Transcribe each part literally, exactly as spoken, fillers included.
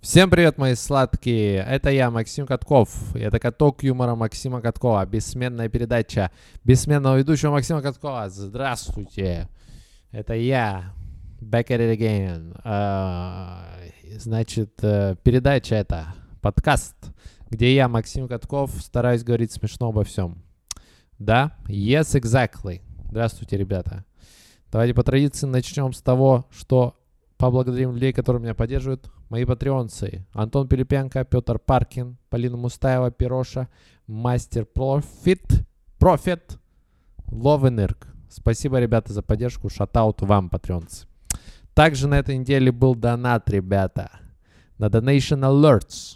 Всем привет, мои сладкие! Это я, Максим Катков. Это каток юмора Максима Каткова. Бессменная передача бессменного ведущего Максима Каткова. Здравствуйте! Это я. Back at it again. Uh, значит, uh, передача это подкаст, где я, Максим Катков, стараюсь говорить смешно обо всем. Да? Yes, exactly. Здравствуйте, ребята. Давайте по традиции начнем с того, что поблагодарим людей, которые меня поддерживают. Мои патреонцы: Антон Пилипенко, Петр Паркин, Полина Мустаева, Пироша, Мастер Профит, Профит, Ловенырк. Спасибо, ребята, за поддержку. Шатаут вам, патреонцы. Также на этой неделе был донат, ребята, на Donation Alerts.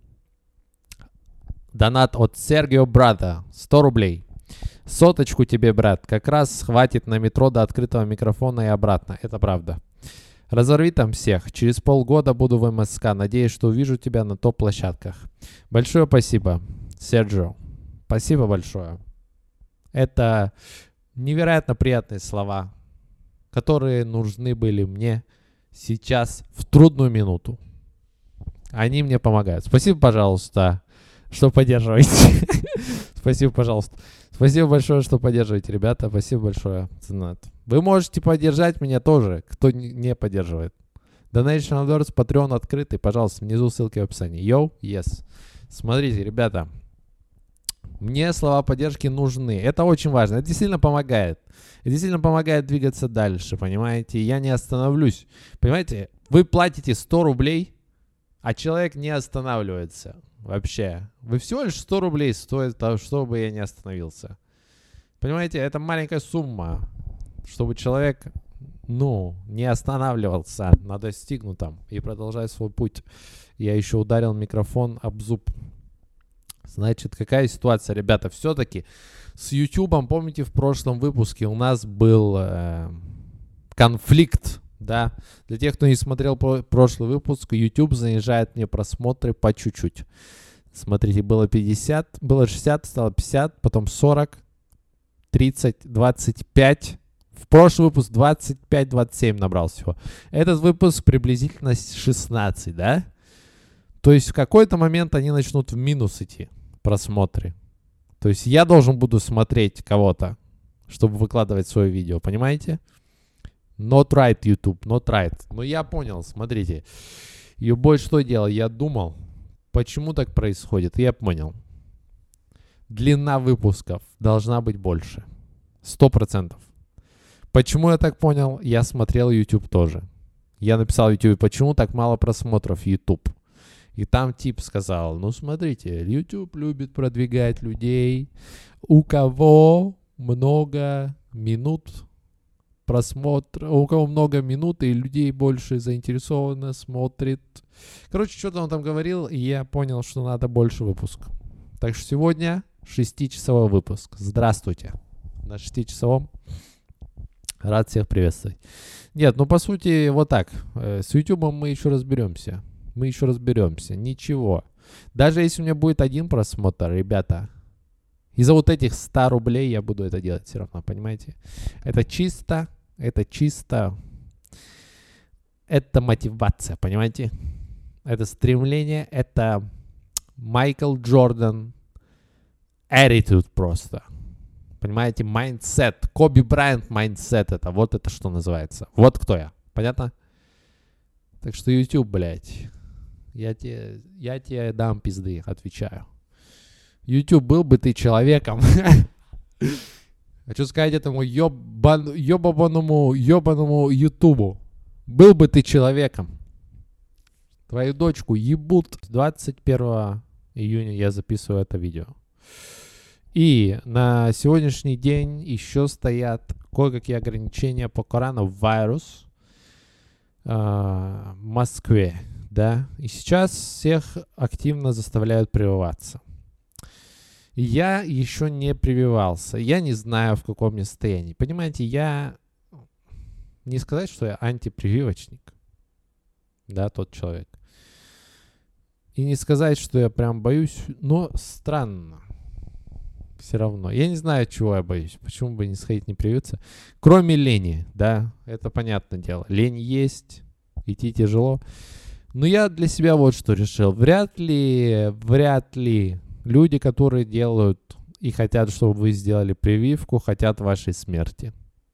Донат от Сергео Брата. сто рублей. Соточку тебе, брат. Как раз хватит на метро до открытого микрофона и обратно. Это правда. Разорви там всех. Через полгода буду в МСК. Надеюсь, что увижу тебя на топ-площадках. Большое спасибо, Серджио. Спасибо большое. Это невероятно приятные слова, которые нужны были мне сейчас в трудную минуту. Они мне помогают. Спасибо, пожалуйста, что поддерживаете. Спасибо, пожалуйста. Спасибо большое, что поддерживаете, ребята. Спасибо большое. Вы можете поддержать меня тоже, кто не поддерживает. Donation Alerts, Patreon открытый. Пожалуйста, внизу ссылки в описании. Йоу, yes. Смотрите, ребята. Мне слова поддержки нужны. Это очень важно. Это действительно помогает. Это действительно помогает двигаться дальше, понимаете? Я не остановлюсь. Понимаете, вы платите сто рублей, а человек не останавливается. Вообще. Вы всего лишь сто рублей стоит того, чтобы я не остановился. Понимаете, это маленькая сумма, чтобы человек, ну, не останавливался на достигнутом и продолжая свой путь. Я еще ударил микрофон об зуб. Значит, какая ситуация, ребята? Все-таки с ютубом, помните, в прошлом выпуске у нас был э, конфликт, да? Для тех, кто не смотрел про- прошлый выпуск, YouTube занижает мне просмотры по чуть-чуть. Смотрите, было пятьдесят, было шестьдесят, стало пятьдесят, потом сорок, тридцать, двадцать пять. В прошлый выпуск двадцать пять двадцать семь набрал всего. Этот выпуск приблизительно шестнадцать, да? То есть в какой-то момент они начнут в минус идти, просмотры. То есть я должен буду смотреть кого-то, чтобы выкладывать свое видео, понимаете? Not right, YouTube, not right. Но я понял, смотрите. Юбой что делал? Я думал, почему так происходит. Я понял. Длина выпусков должна быть больше. Сто процентов. Почему я так понял? Я смотрел YouTube тоже. Я написал в YouTube, почему так мало просмотров YouTube. И там тип сказал, ну смотрите, YouTube любит продвигать людей, у кого много минут просмотра, у кого много минут и людей больше заинтересованно смотрит. Короче, что-то он там говорил, и я понял, что надо больше выпусков. Так что сегодня шестичасовой выпуск. Здравствуйте. На шестичасовом. Рад всех приветствовать. Нет, ну по сути вот так. С YouTube мы еще разберемся. Мы еще разберемся. Ничего. Даже если у меня будет один просмотр, ребята, из-за вот этих ста рублей я буду это делать все равно, понимаете? Это чисто, это чисто, это мотивация, понимаете? Это стремление, это Майкл Джордан attitude просто. Понимаете? Mindset. Коби Брайант mindset это. Вот это что называется. Вот кто я. Понятно? Так что YouTube, блядь. Я тебе, я тебе дам пизды, отвечаю. YouTube, был бы ты человеком. Хочу сказать этому ёбан, ёбаному, ёбаному Ютубу. Был бы ты человеком. Твою дочку ебут. двадцать первого июня я записываю это видео. И на сегодняшний день еще стоят кое-какие ограничения по коронавирусу в Москве. Да, и сейчас всех активно заставляют прививаться. Я еще не прививался. Я не знаю, в каком я состоянии. Понимаете, я не сказать, что я антипрививочник. Да, тот человек. И не сказать, что я прям боюсь, но странно. Все равно. Я не знаю, чего я боюсь. Почему бы не сходить, не привиться. Кроме лени, да, это понятное дело. Лень есть, идти тяжело. Но я для себя вот что решил. Вряд ли, вряд ли люди, которые делают и хотят, чтобы вы сделали прививку, хотят вашей смерти.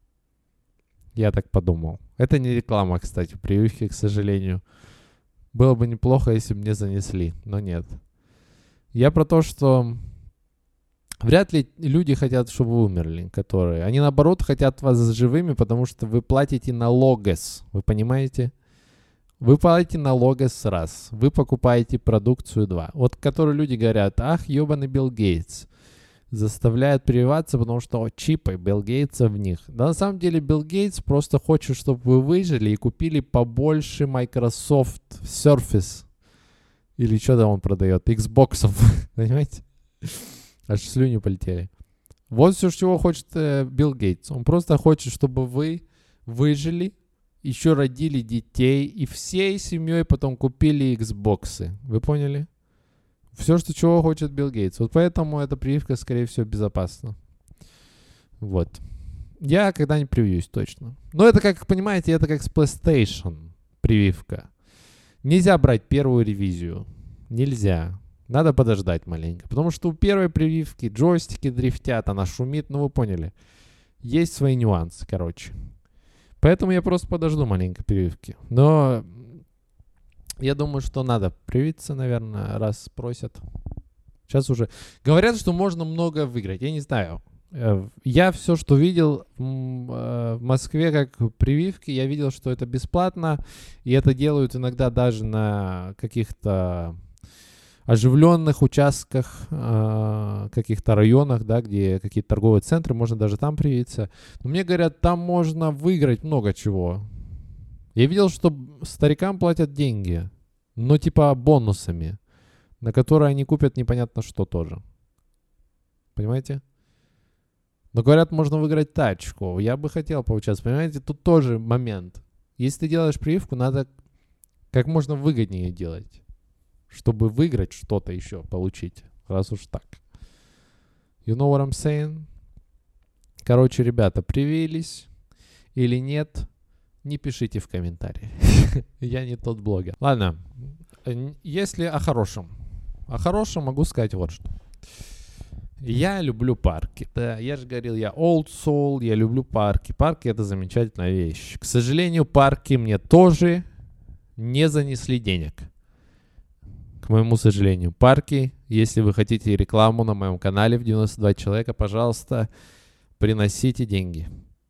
Я так подумал. Это не реклама, кстати, прививки, к сожалению. Было бы неплохо, если бы мне занесли, но нет. Я про то, что вряд ли люди хотят, чтобы вы умерли, которые... Они, наоборот, хотят вас живыми, потому что вы платите налогос. Вы понимаете? Вы платите налогос раз. Вы покупаете продукцию два. Вот которые люди говорят, ах, ебаный Билл Гейтс. Заставляют прививаться, потому что чипы Билл Гейтса в них. Да на самом деле Билл Гейтс просто хочет, чтобы вы выжили и купили побольше Microsoft Surface. Или что там он продает? Xbox'ов. Понимаете? Аж слюни полетели. Вот все, чего хочет э, Билл Гейтс. Он просто хочет, чтобы вы выжили, еще родили детей и всей семьей потом купили Xbox'ы. Вы поняли? Все, что чего хочет Билл Гейтс. Вот поэтому эта прививка, скорее всего, безопасна. Вот. Я когда-нибудь привьюсь точно. Но это, как понимаете, это как с PlayStation прививка. Нельзя брать первую ревизию. Нельзя. Надо подождать маленько. Потому что у первой прививки джойстики дрифтят, она шумит, ну вы поняли. Есть свои нюансы, короче. Поэтому я просто подожду маленько прививки. Но я думаю, что надо привиться, наверное, раз просят. Сейчас уже говорят, что можно много выиграть. Я не знаю. Я все, что видел в Москве как прививки, я видел, что это бесплатно. И это делают иногда даже на каких-то оживленных участках, каких-то районах, да, где какие-то торговые центры, можно даже там привиться. Но мне говорят, там можно выиграть много чего. Я видел, что старикам платят деньги, но типа бонусами, на которые они купят непонятно что тоже. Понимаете? Но говорят, можно выиграть тачку. Я бы хотел поучаствовать. Понимаете, тут тоже момент. Если ты делаешь прививку, надо как можно выгоднее делать, чтобы выиграть что-то еще, получить. Раз уж так. You know what I'm saying? Короче, ребята, привились или нет, не пишите в комментарии. Я не тот блогер. Ладно, если о хорошем. О хорошем могу сказать вот что. Я люблю парки. Да, я же говорил, я old soul, я люблю парки. Парки — это замечательная вещь. К сожалению, парки мне тоже не занесли денег. К моему сожалению. Парки, если вы хотите рекламу на моем канале в девяносто два человека, пожалуйста, приносите деньги.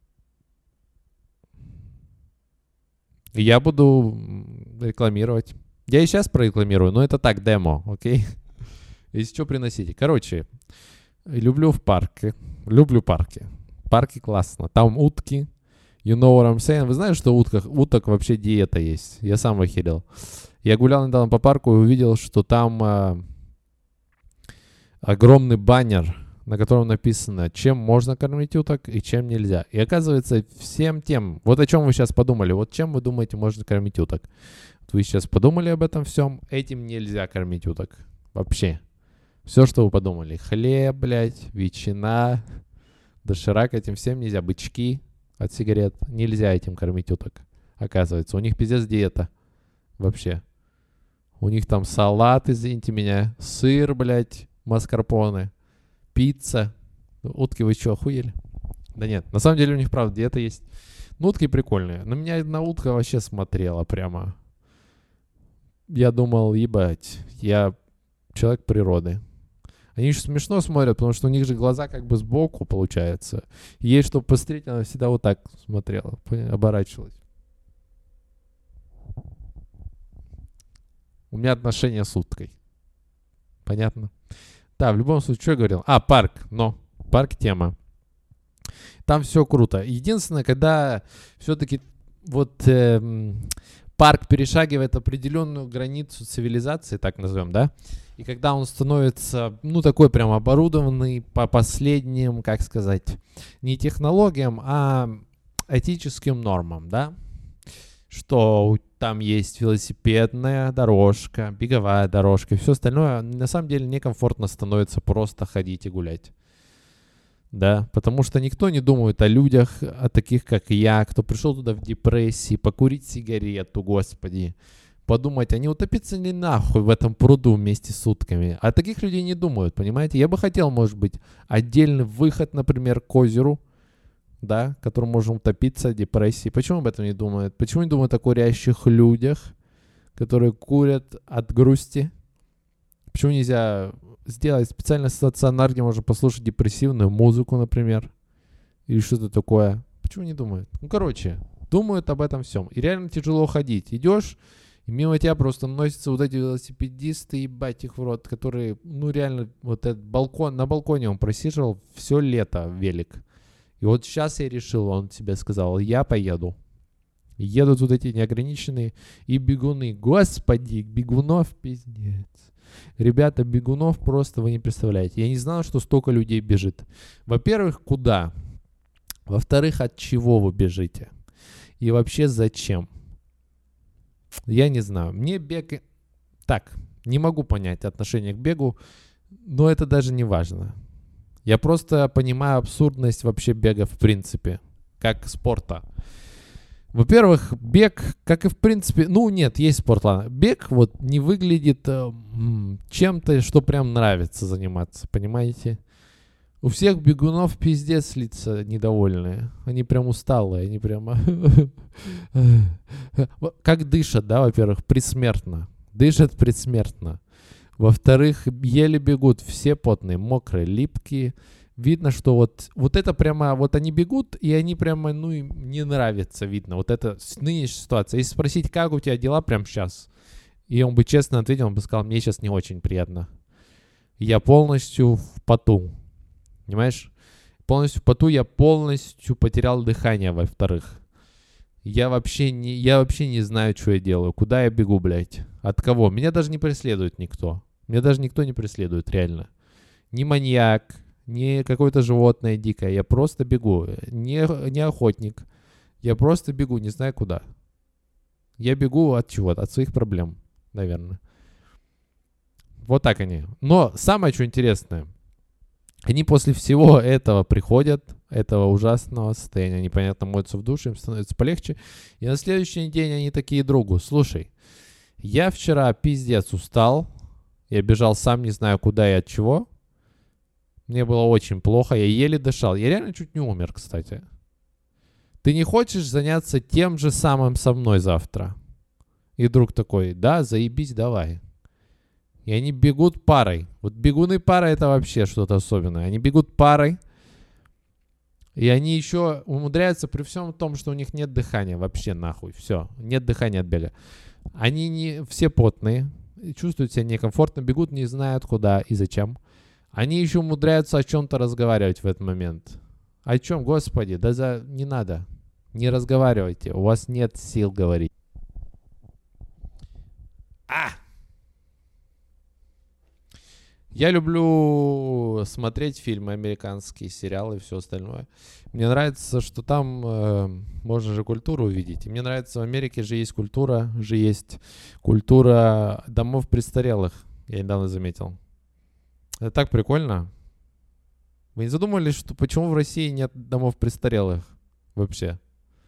Я буду рекламировать. Я и сейчас прорекламирую, но это так, демо, окей? Если что, приносите. Короче, люблю в парке. Люблю парки. Парки классно. Там утки. You know what I'm saying? Вы знаете, что у утках, уток вообще диета есть? Я сам охерел. Я гулял недавно по парку и увидел, что там э, огромный баннер, на котором написано, чем можно кормить уток и чем нельзя. И оказывается, всем тем, вот о чем вы сейчас подумали, вот чем вы думаете, можно кормить уток. Вот вы сейчас подумали об этом всем, этим нельзя кормить уток. Вообще. Все, что вы подумали. Хлеб, блядь, ветчина, доширак, этим всем нельзя. Бычки от сигарет. Нельзя этим кормить уток. Оказывается, у них пиздец диета. Вообще. У них там салат, извините меня, сыр, блядь, маскарпоне, пицца. Утки, вы что, охуели? Да нет, на самом деле у них, правда, диета есть. Ну, утки прикольные. На меня одна утка вообще смотрела прямо. Я думал, ебать, я человек природы. Они еще смешно смотрят, потому что у них же глаза как бы сбоку, получается. И ей, чтобы посмотреть, она всегда вот так смотрела, оборачивалась. У меня отношения с уткой. Понятно? Да, в любом случае, что я говорил? А, парк. Но, парк тема. Там все круто. Единственное, когда все-таки вот э, парк перешагивает определенную границу цивилизации, так назовем, да? И когда он становится, ну, такой прям оборудованный по последним, как сказать, не технологиям, а этическим нормам, да? Что там есть велосипедная дорожка, беговая дорожка и все остальное, на самом деле некомфортно становится просто ходить и гулять. Да, потому что никто не думает о людях, о таких, как я, кто пришел туда в депрессии, покурить сигарету, господи, подумать, а не утопиться ли нахуй в этом пруду вместе с утками. А таких людей не думают, понимаете? Я бы хотел, может быть, отдельный выход, например, к озеру, да, которым можно утопиться, депрессии. Почему об этом не думают? Почему не думают о курящих людях, которые курят от грусти? Почему нельзя сделать специально стационар, где можно послушать депрессивную музыку, например, или что-то такое? Почему не думают? Ну, короче, думают об этом всем. И реально тяжело ходить. Идешь, и мимо тебя просто носятся вот эти велосипедисты, ебать их в рот, которые, ну, реально, вот этот балкон, на балконе он просиживал все лето велик. И вот сейчас я решил, он тебе сказал, я поеду. Едут вот эти неограниченные и бегуны. Господи, бегунов пиздец. Ребята, бегунов просто вы не представляете. Я не знал, что столько людей бежит. Во-первых, куда? Во-вторых, от чего вы бежите? И вообще зачем? Я не знаю. Мне бег... Так, не могу понять отношение к бегу, но это даже не важно. Я просто понимаю абсурдность вообще бега в принципе, как спорта. Во-первых, бег, как и в принципе, ну нет, есть спорт, ладно. Бег вот не выглядит э, чем-то, что прям нравится заниматься, понимаете? У всех бегунов пиздец лица недовольные. Они прям усталые, они прямо... Как дышат, да, во-первых, предсмертно. Дышат предсмертно. Во-вторых, еле бегут, все потные, мокрые, липкие. Видно, что вот, вот это прямо, вот они бегут, и они прямо, ну, им не нравится, видно. Вот это нынешняя ситуация. Если спросить, как у тебя дела прямо сейчас, и он бы честно ответил, он бы сказал, мне сейчас не очень приятно. Я полностью в поту. Понимаешь? Полностью в поту, я полностью потерял дыхание, во-вторых. Я вообще не, я вообще не знаю, что я делаю. Куда я бегу, блядь? От кого? Меня даже не преследует никто. Меня даже никто не преследует, реально. Ни маньяк, ни какое-то животное дикое. Я просто бегу. Не, не охотник. Я просто бегу, не знаю куда. Я бегу от чего-то, от своих проблем, наверное. Вот так они. Но самое, что интересное, они после всего этого приходят, этого ужасного состояния, непонятно, моются в душе, им становится полегче. И на следующий день они такие другу: слушай, я вчера пиздец устал, я бежал сам не знаю куда и от чего. Мне было очень плохо, я еле дышал. Я реально чуть не умер, кстати. Ты не хочешь заняться тем же самым со мной завтра? И друг такой: да, заебись, давай. И они бегут парой. Вот бегуны парой — это вообще что-то особенное. Они бегут парой. И они еще умудряются при всем том, что у них нет дыхания. Вообще нахуй. Все. Нет дыхания от бега. Они не все потные. Чувствуют себя некомфортно. Бегут, не знают куда и зачем. Они еще умудряются о чем-то разговаривать в этот момент. О чем, господи? Да за... не надо. Не разговаривайте. У вас нет сил говорить. А! Я люблю смотреть фильмы, американские сериалы и все остальное. Мне нравится, что там э, можно же культуру увидеть. И мне нравится, в Америке же есть культура, же есть культура домов престарелых. Я недавно заметил. Это так прикольно. Вы не задумывались, что почему в России нет домов престарелых вообще?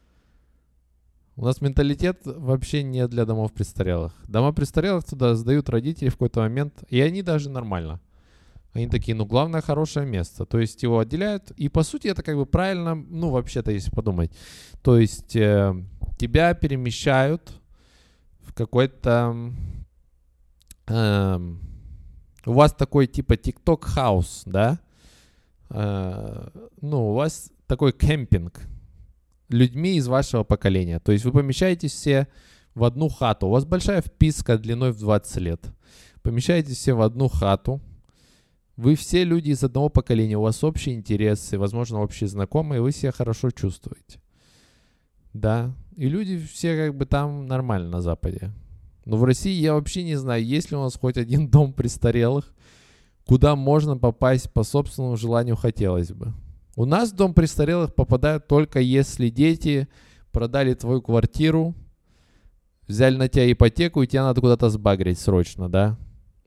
У нас менталитет вообще не для домов престарелых. Дома престарелых туда сдают родители в какой-то момент, и они даже нормально. Они такие, ну, главное, хорошее место. То есть его отделяют, и по сути это как бы правильно, ну, вообще-то, если подумать. То есть э, тебя перемещают в какой-то... Э, у вас такой типа TikTok-хаус, да? Э, ну, у вас такой кемпинг людьми из вашего поколения. То есть вы помещаетесь все в одну хату. У вас большая вписка длиной в двадцать лет. Помещаетесь все в одну хату. Вы все люди из одного поколения. У вас общие интересы, возможно, общие знакомые. Вы себя хорошо чувствуете. Да. И люди все как бы там нормально на Западе. Но в России я вообще не знаю, есть ли у нас хоть один дом престарелых, куда можно попасть по собственному желанию хотелось бы. У нас в дом престарелых попадают только если дети продали твою квартиру, взяли на тебя ипотеку, и тебе надо куда-то сбагрить срочно, да?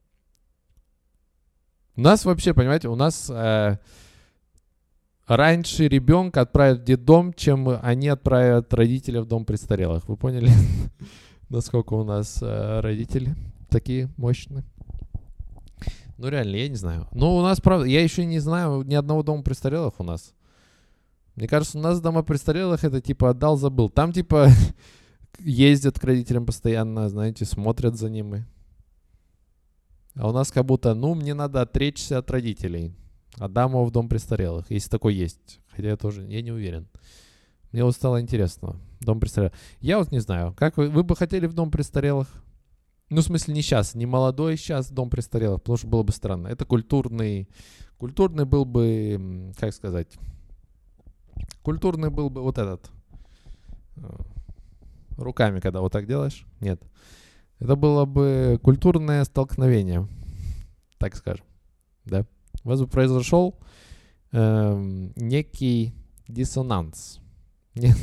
У нас вообще, понимаете, у нас э, раньше ребенка отправят в детдом, чем они отправят родителя в дом престарелых. Вы поняли? насколько у нас э, родители такие мощные. Ну, реально, я не знаю. Но у нас, правда, я еще не знаю ни одного дома престарелых у нас. Мне кажется, у нас дома престарелых это типа отдал, забыл. Там типа ездят к родителям постоянно, знаете, смотрят за ними. А у нас как будто, ну, мне надо отречься от родителей. Отдам его в дом престарелых, если такой есть. Хотя я тоже, я не уверен. Мне вот стало интересно. Дом престарелых. Я вот не знаю, как вы, вы бы хотели в дом престарелых? Ну, в смысле, не сейчас, не молодой сейчас дом престарелых, потому что было бы странно. Это культурный, культурный был бы, как сказать, культурный был бы вот этот, руками, когда вот так делаешь. Нет. Это было бы культурное столкновение, так скажем, да. У вас бы произошел эм, некий диссонанс. Нет.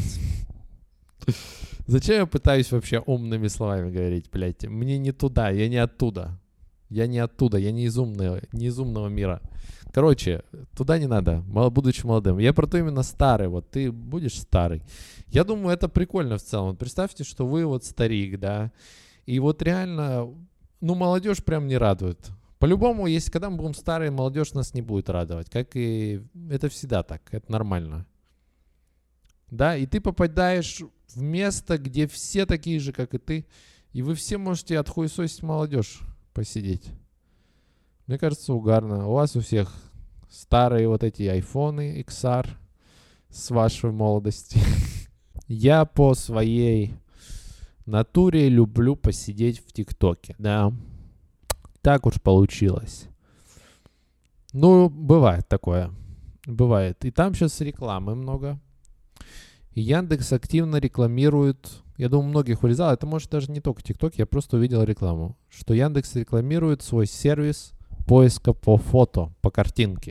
Зачем я пытаюсь вообще умными словами говорить, блядь? Мне не туда, я не оттуда. Я не оттуда, я не из умного, не из умного мира. Короче, туда не надо, будучи молодым. Я про то именно старый, вот ты будешь старый. Я думаю, это прикольно в целом. Представьте, что вы вот старик, да, и вот реально, ну, молодежь прям не радует. По-любому, если когда мы будем старые, молодежь нас не будет радовать. Как и это всегда так, это нормально. Да, и ты попадаешь в место, где все такие же, как и ты, и вы все можете отхуесосить молодежь посидеть. Мне кажется, угарно. У вас у всех старые вот эти айфоны икс ар с вашей молодости. Я по своей натуре люблю посидеть в ТикТоке, да. Так уж получилось. Ну, бывает такое. Бывает. И там сейчас рекламы много. И Яндекс активно рекламирует, я думаю, многих вылезало, это может даже не только ТикТок, я просто увидел рекламу, что Яндекс рекламирует свой сервис поиска по фото, по картинке.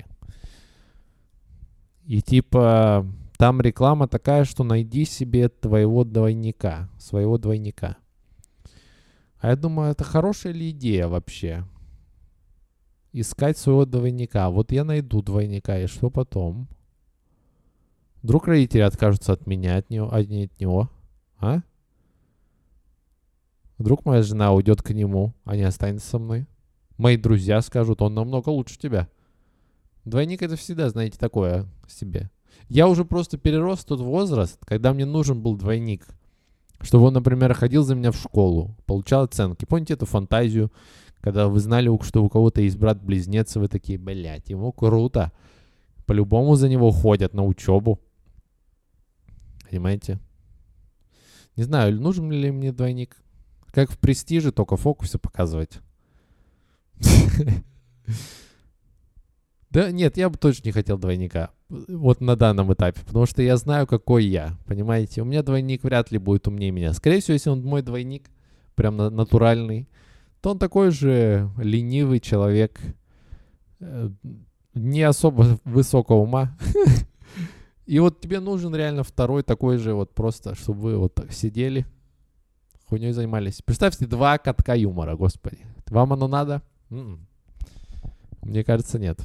И типа там реклама такая, что найди себе твоего двойника, своего двойника. А я думаю, это хорошая ли идея вообще? Искать своего двойника. Вот я найду двойника, и что потом? Вдруг родители откажутся от меня, от него, а не от него, а? Вдруг моя жена уйдет к нему, а не останется со мной? Мои друзья скажут, он намного лучше тебя. Двойник это всегда, знаете, такое себе. Я уже просто перерос тот возраст, когда мне нужен был двойник. Чтобы он, например, ходил за меня в школу, получал оценки. Помните эту фантазию, когда вы знали, что у кого-то есть брат-близнец, и вы такие, блядь, ему круто. По-любому за него ходят на учебу. Понимаете? Не знаю, нужен ли мне двойник. Как в «Престиже», только в фокусе показывать. Да нет, я бы точно не хотел двойника. Вот на данном этапе. Потому что я знаю, какой я. Понимаете? У меня двойник вряд ли будет умнее меня. Скорее всего, если он мой двойник, прям натуральный, то он такой же ленивый человек. Не особо высокого ума. И вот тебе нужен реально второй такой же, вот просто, чтобы вы вот так сидели, хуйней занимались. Представьте, два катка юмора, господи. Вам оно надо? М-м. Мне кажется, нет.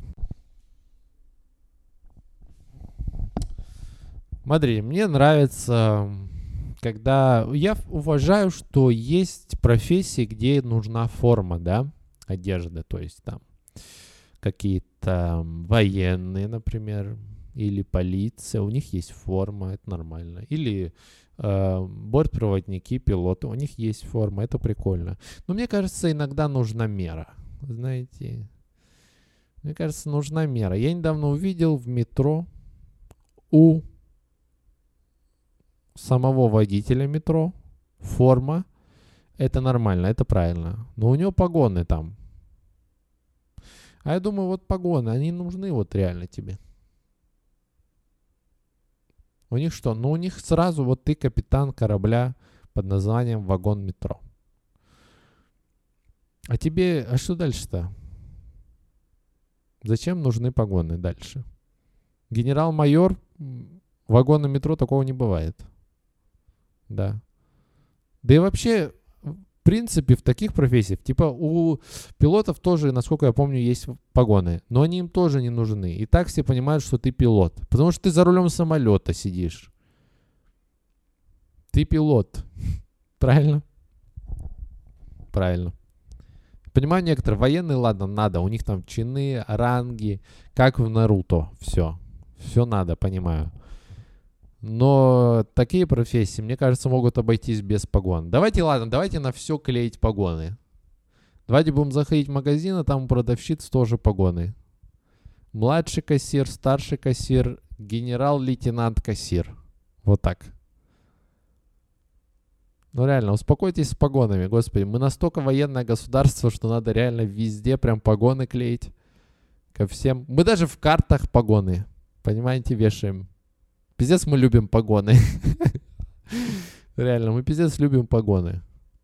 Смотри, мне нравится, когда... Я уважаю, что есть профессии, где нужна форма, да, одежды. То есть там какие-то военные, например, или полиция, у них есть форма, это нормально. Или э, бортпроводники, пилоты, у них есть форма, это прикольно. Но мне кажется, иногда нужна мера, знаете. Мне кажется, нужна мера. Я недавно увидел в метро у самого водителя метро форма. Это нормально, это правильно. Но у него погоны там. А я думаю, вот погоны, они нужны вот реально тебе. У них что? Ну, у них сразу вот ты капитан корабля под названием вагон метро. А тебе... А что дальше-то? Зачем нужны погоны дальше? Генерал-майор, вагона метро, такого не бывает. Да. Да и вообще, в принципе, в таких профессиях, типа у пилотов тоже, насколько я помню, есть погоны, но они им тоже не нужны. И так все понимают, что ты пилот. Потому что ты за рулем самолета сидишь. Ты пилот. Правильно? правильно. Понимаю, некоторые военные, ладно, надо. У них там чины, ранги, как в Наруто. Все. Все надо, понимаю. Но такие профессии, мне кажется, могут обойтись без погон. Давайте, ладно, давайте на все клеить погоны. Давайте будем заходить в магазин, а там у продавщиц тоже погоны. Младший кассир, старший кассир, генерал-лейтенант кассир. Вот так. Ну реально, успокойтесь с погонами, господи. Мы настолько военное государство, что надо реально везде прям погоны клеить. Ко всем. Мы даже в картах погоны, понимаете, вешаем. Пиздец, мы любим погоны. Реально, мы пиздец любим погоны.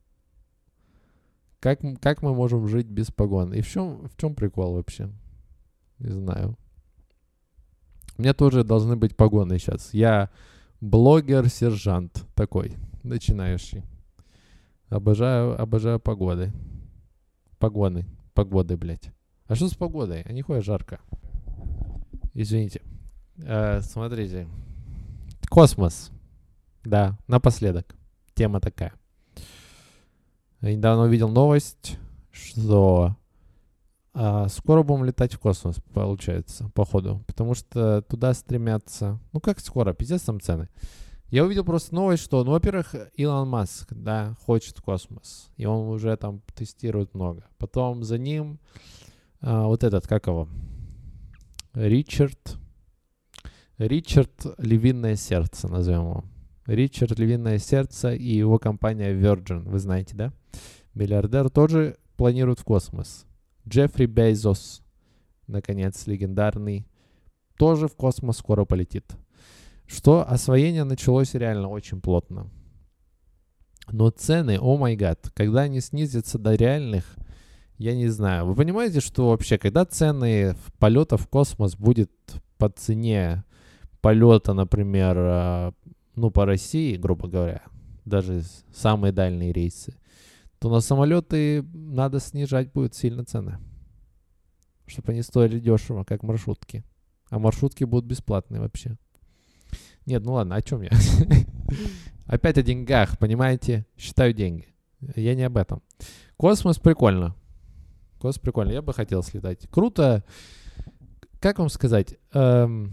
Как, как мы можем жить без погон? И в чем, в чем прикол вообще? Не знаю. У меня тоже должны быть погоны сейчас. Я блогер-сержант такой, начинающий. Обожаю, обожаю погоды. Погоны. Погоды, блядь. А что с погодой? А нихуя жарко. Извините. Э, смотрите. Космос. Да, напоследок. Тема такая. Я недавно увидел новость, что а, скоро будем летать в космос, получается, походу. Потому что туда стремятся... Ну как скоро? Пиздец там цены. Я увидел просто новость, что, ну, во-первых, Илон Маск, да, хочет в космос. И он уже там тестирует много. Потом за ним а, вот этот, как его? Ричард... Ричард Львиное Сердце, назовем его. Ричард Львиное Сердце и его компания Virgin, вы знаете, да? Миллиардер тоже планирует в космос. Джеффри Безос, наконец, легендарный, тоже в космос скоро полетит. Что освоение началось реально очень плотно. Но цены, о май гад, когда они снизятся до реальных, я не знаю. Вы понимаете, что вообще, когда цены полета в космос будет по цене полета, например, ну, по России, грубо говоря, даже самые дальние рейсы, то на самолеты надо снижать будет сильно цены, чтобы они стоили дешево, как маршрутки. А маршрутки будут бесплатные вообще. Нет, ну ладно, о чем я? Опять о деньгах, понимаете? Считаю деньги. Я не об этом. Космос прикольно. Космос прикольно. Я бы хотел слетать. Круто. Как вам сказать? Эм...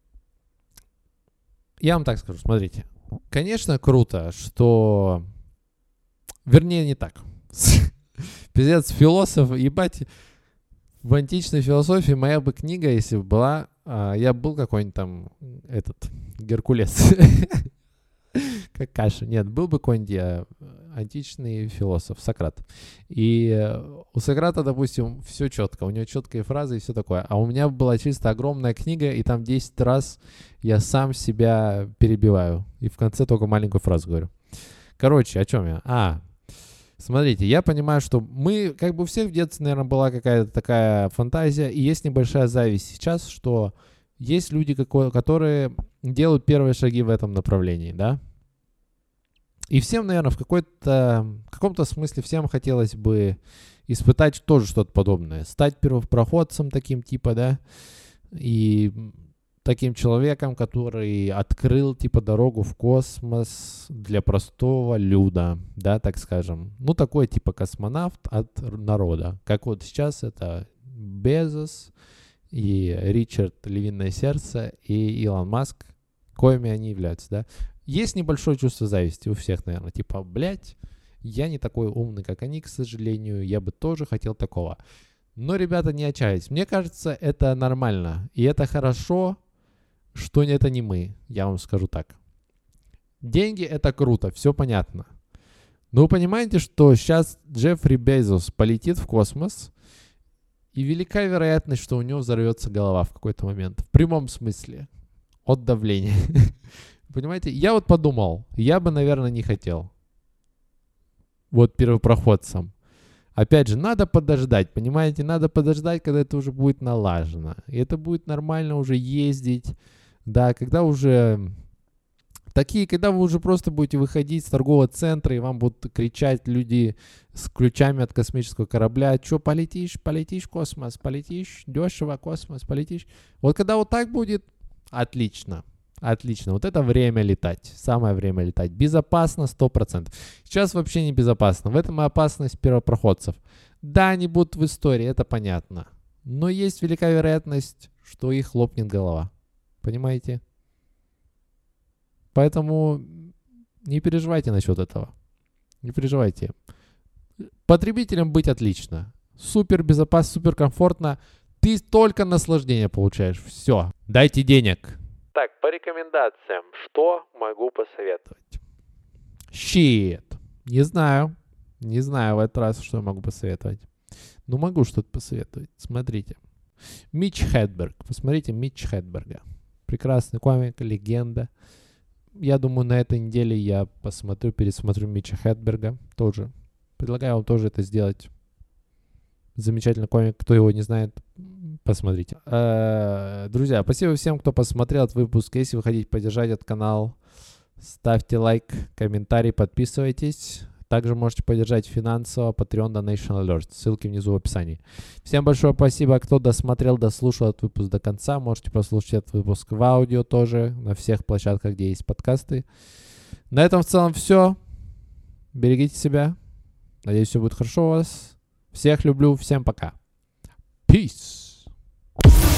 Я вам так скажу, смотрите. Конечно, круто, что... Вернее, не так. Пиздец, философ, ебать. В античной философии моя бы книга, если бы была, а, я был какой-нибудь там, этот, Геркулес. Как каша. Нет, был бы какой-нибудь а, античный философ, Сократ. И а, у Сократа, допустим, все четко. У него четкие фразы и все такое. А у меня была чисто огромная книга, и там десять раз я сам себя перебиваю. И в конце только маленькую фразу говорю. Короче, о чем я? А, смотрите, я понимаю, что мы, как бы у всех в детстве, наверное, была какая-то такая фантазия, и есть небольшая зависть сейчас, что есть люди, которые делают первые шаги в этом направлении, да? И всем, наверное, в какой-то, в каком-то смысле всем хотелось бы испытать тоже что-то подобное. Стать первопроходцем таким типа, да? И таким человеком, который открыл типа дорогу в космос для простого люда, да, так скажем. Ну, такой типа космонавт от народа. Как вот сейчас это Безос и Ричард Львиное Сердце и Илон Маск, коими они являются, да. Есть небольшое чувство зависти у всех, наверное. Типа, блядь, я не такой умный, как они, к сожалению. Я бы тоже хотел такого. Но, ребята, не отчаивайтесь. Мне кажется, это нормально. И это хорошо, что это не мы, я вам скажу так. Деньги — это круто, все понятно. Но вы понимаете, что сейчас Джеффри Безос полетит в космос, и велика вероятность, что у него взорвется голова в какой-то момент. В прямом смысле. От давления. Понимаете? Я вот подумал, я бы, наверное, не хотел. Вот первопроходцам. Опять же, надо подождать, понимаете? Надо подождать, когда это уже будет налажено. И это будет нормально уже ездить. Да, когда уже... Такие, когда вы уже просто будете выходить с торгового центра, и вам будут кричать люди с ключами от космического корабля: «Чё, полетишь, полетишь в космос, полетишь, дешево космос, полетишь». Вот когда вот так будет, отлично. Отлично. Вот это время летать. Самое время летать. Безопасно сто процентов. Сейчас вообще не безопасно. В этом и опасность первопроходцев. Да, они будут в истории, это понятно. Но есть велика вероятность, что их лопнет голова. Понимаете? Поэтому не переживайте насчет этого. Не переживайте. Потребителям быть отлично. Супер безопасно, супер комфортно. Ты только наслаждение получаешь. Все. Дайте денег. Так, по рекомендациям. Что могу посоветовать? Щит. Не знаю. Не знаю в этот раз, что я могу посоветовать. Но могу что-то посоветовать. Смотрите. Митч Хедберг. Посмотрите Митч Хедберга. Прекрасный комик, легенда. Я думаю, на этой неделе я посмотрю, пересмотрю Митча Хедберга тоже. Предлагаю вам тоже это сделать. Замечательный комик. Кто его не знает, посмотрите. Э-э, друзья, спасибо всем, кто посмотрел этот выпуск. Если вы хотите поддержать этот канал, ставьте лайк, комментарий, подписывайтесь. Также можете поддержать финансово Patreon Donation Alert. Ссылки внизу в описании. Всем большое спасибо, кто досмотрел, дослушал этот выпуск до конца. Можете послушать этот выпуск в аудио тоже на всех площадках, где есть подкасты. На этом в целом все. Берегите себя. Надеюсь, все будет хорошо у вас. Всех люблю. Всем пока. Peace.